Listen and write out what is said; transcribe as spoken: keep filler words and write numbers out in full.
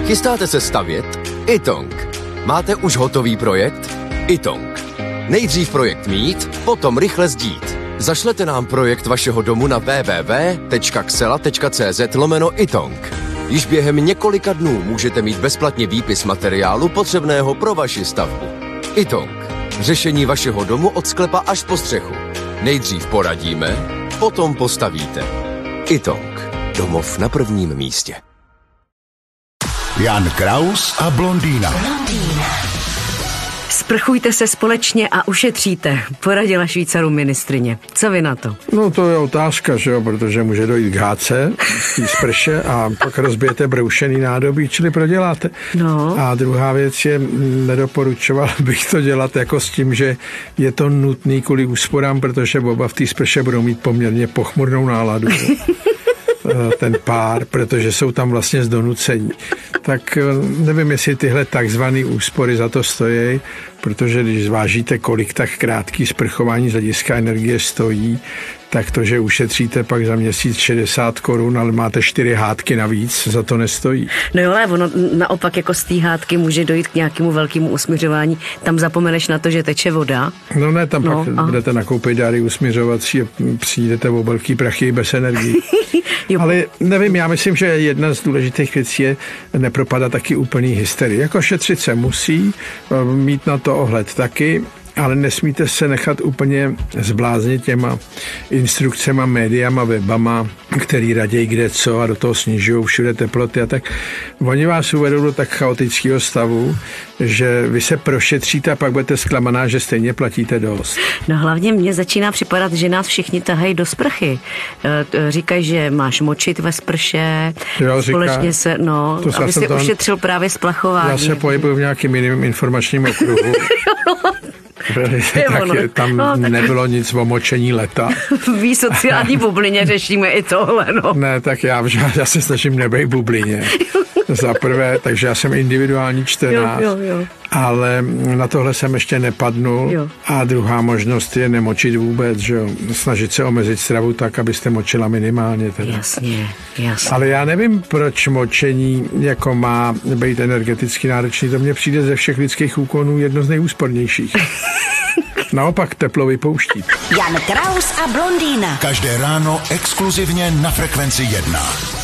Chystáte se stavět? Itong. Máte už hotový projekt? Itong. Nejdřív projekt mít, potom rychle sdít. Zašlete nám projekt vašeho domu na w w w tečka xela tečka c z lomeno Itong. Již během několika dnů můžete mít bezplatně výpis materiálu potřebného pro vaši stavbu. Itong. Řešení vašeho domu od sklepa až po střechu. Nejdřív poradíme, potom postavíte. Itong. Domov na prvním místě. Jan Kraus a blondýna. Blondýna. Sprchujte se společně a ušetříte, poradila Švýcarům ministryně. Co vy na to? No to je otázka, že jo, protože může dojít k hádce v té sprše a pak rozbijete broušený nádobí, čili proděláte. No. A druhá věc je, nedoporučoval bych to dělat jako s tím, že je to nutný kvůli úsporám, protože oba v té sprše budou mít poměrně pochmurnou náladu. Ten pár, protože jsou tam vlastně z donucení. Tak nevím, jestli tyhle takzvané úspory za to stojí, protože když zvážíte, kolik tak krátký sprchování z hlediska energie stojí, tak to, že ušetříte pak za měsíc šedesát korun, ale máte čtyři hádky navíc, za to nestojí. No jo, ale ono naopak jako z té hádky může dojít k nějakému velkému usměřování. Tam zapomeneš na to, že teče voda. No ne, tam no, pak a... budete nakoupit dary usměřovací a přijdete o velký prachy bez energií. Ale nevím, já myslím, že jedna z důležitých věcí je nepropadat taky úplný hysterii. Jako šetřit se musí, mít na to ohled taky, ale nesmíte se nechat úplně zbláznit těma instrukcema, médiama, webama, který raději kde co a do toho snižují všude teploty a tak. Oni vás uvedou do tak chaotického stavu, že vy se prošetříte a pak budete zklamaná, že stejně platíte dost. No hlavně mně začíná připadat, že nás všichni tahají do sprchy. Říkají, že máš močit ve sprše, jo, společně říká, se, no, aby si ušetřil právě splachování. Já se pohybuju v nějakým jiným informačním okruhu. Tak je, tam no, nebylo nic o močení leta. V sociální bublině řešíme i tohle, no. Ne, tak já, já se snažím nebejt bublině. Za prvé, takže já jsem individuální čtenář, jo, jo, jo. Ale na tohle jsem ještě nepadnul. Jo. A druhá možnost je nemočit vůbec, že jo. Snažit se omezit stravu tak, abyste močila minimálně. Teda. Jasně, jasně. Ale já nevím, proč močení jako má být energeticky náročný. To mně přijde ze všech lidských úkonů jedno z nejúspornějších. Naopak teplo vypouští. Jan Kraus a blondýna. Každé ráno exkluzivně na Frekvenci jedna.